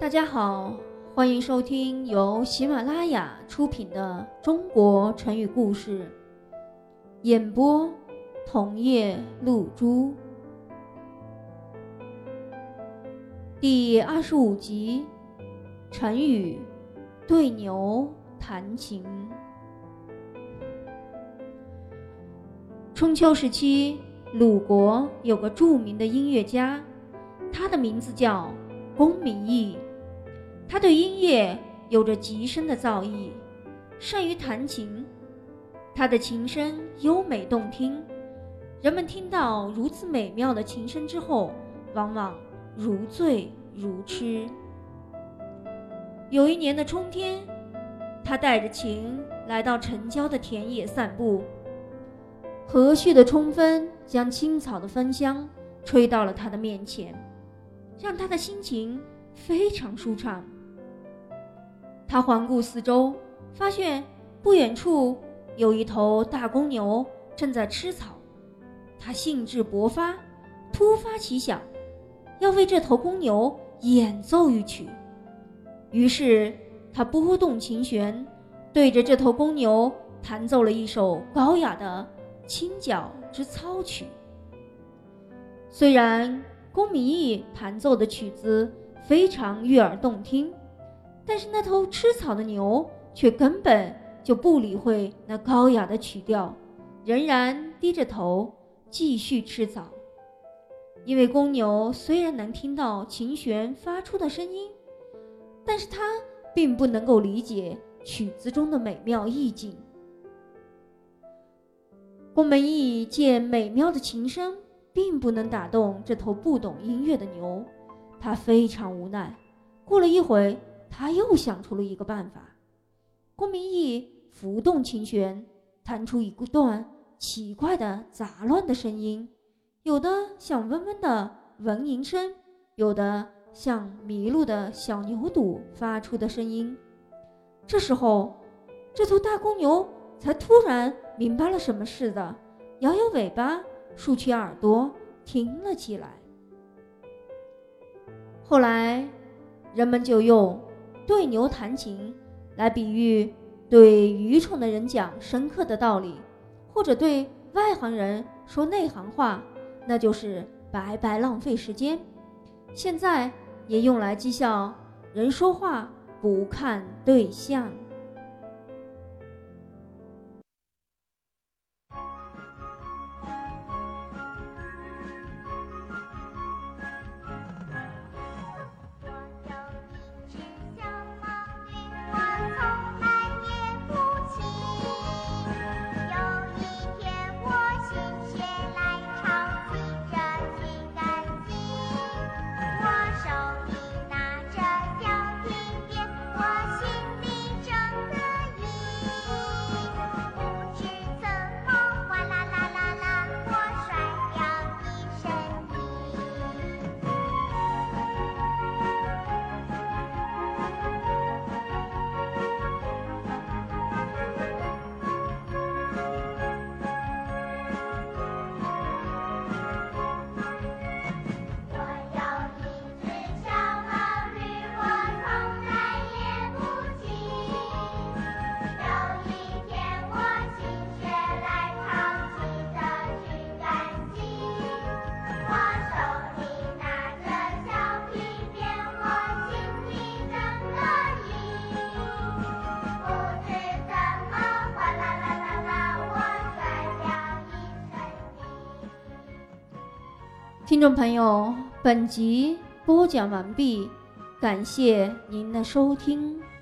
大家好，欢迎收听由喜马拉雅出品的中国成语故事，演播桐叶露珠。第25集，成语对牛弹琴。春秋时期，鲁国有个著名的音乐家，他的名字叫公明义。他对音乐有着极深的造诣，善于弹琴。他的琴声优美动听，人们听到如此美妙的琴声之后，往往如醉如痴。有一年的春天，他带着琴来到城郊的田野散步，和煦的春风将青草的芬香吹到了他的面前，让他的心情非常舒畅。他环顾四周，发现不远处有一头大公牛正在吃草。他兴致勃发，突发奇想，要为这头公牛演奏一曲。于是他拨动琴弦，对着这头公牛弹奏了一首高雅的清角之操曲。虽然公明义弹奏的曲子非常悦耳动听，但是那头吃草的牛却根本就不理会那高雅的曲调，仍然低着头继续吃草。因为公牛虽然能听到琴弦发出的声音，但是它并不能够理解曲子中的美妙意境。公明义见美妙的琴声并不能打动这头不懂音乐的牛，他非常无奈。过了一会，他又想出了一个办法。公明义拂动琴弦，弹出一段奇怪的杂乱的声音，有的像嗡嗡的蚊蝇声，有的像迷路的小牛犊发出的声音。这时候，这头大公牛才突然明白了什么似的，摇摇尾巴，竖起耳朵听了起来。后来人们就用对牛弹琴来比喻对愚蠢的人讲深刻的道理，或者对外行人说内行话，那就是白白浪费时间。现在也用来讥笑人说话不看对象。听众朋友，本集播讲完毕，感谢您的收听。